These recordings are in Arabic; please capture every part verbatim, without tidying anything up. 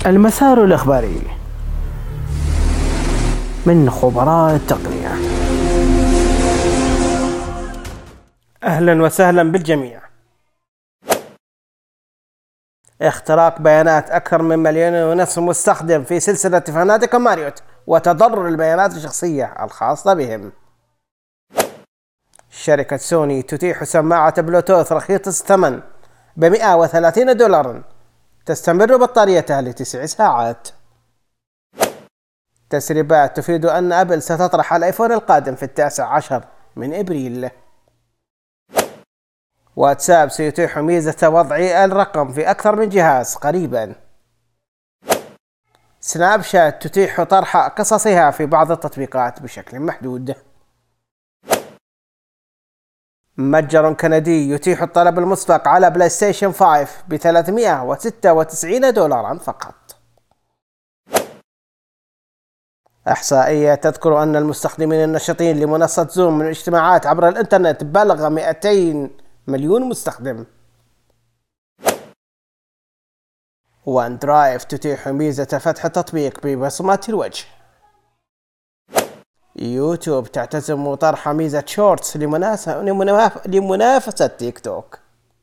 المسار الإخباري من خبراء التقنية. أهلا وسهلا بالجميع. اختراق بيانات أكثر من مليون ونصف مستخدم في سلسلة فنادق ماريوت وتضرر البيانات الشخصية الخاصة بهم. شركة سوني تتيح سماعة بلوتوث رخيصة الثمن بمئة وثلاثين دولارا تستمر بطاريتها لتسع ساعات. تسريبات تفيد أن أبل ستطرح الآيفون القادم في التاسع عشر من إبريل. واتساب سيتيح ميزة وضع الرقم في أكثر من جهاز قريبا. سناب شات تتيح طرح قصصها في بعض التطبيقات بشكل محدود. متجر كندي يتيح الطلب المسبق على بلاي ستيشن خمسة ب ثلاثمئة وستة وتسعين دولارا فقط. إحصائية تذكر أن المستخدمين النشطين لمنصة زوم من الاجتماعات عبر الإنترنت بلغ مئتين مليون مستخدم. وان درايف تتيح ميزة فتح التطبيق ببصمة الوجه. يوتيوب تعتزم طرح ميزة شورتس لمنافسة تيك توك.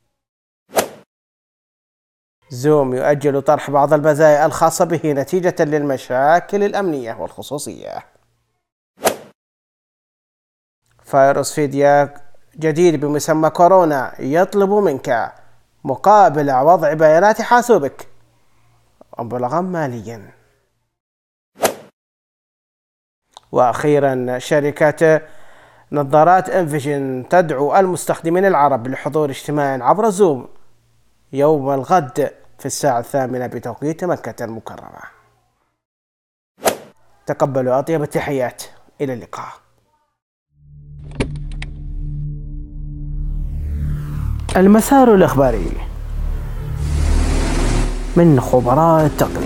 زوم يؤجل طرح بعض المزايا الخاصة به نتيجة للمشاكل الأمنية والخصوصية. فيروس فيديا جديد بمسمى كورونا يطلب منك مقابل وضع بيانات حاسوبك مبلغا ماليا. وأخيرا شركة نظارات انفيجن تدعو المستخدمين العرب لحضور اجتماع عبر زوم يوم الغد في الساعة الثامنة بتوقيت مكة المكرمة. تقبلوا أطيب التحيات، إلى اللقاء. المسار الإخباري من خبراء التقنية.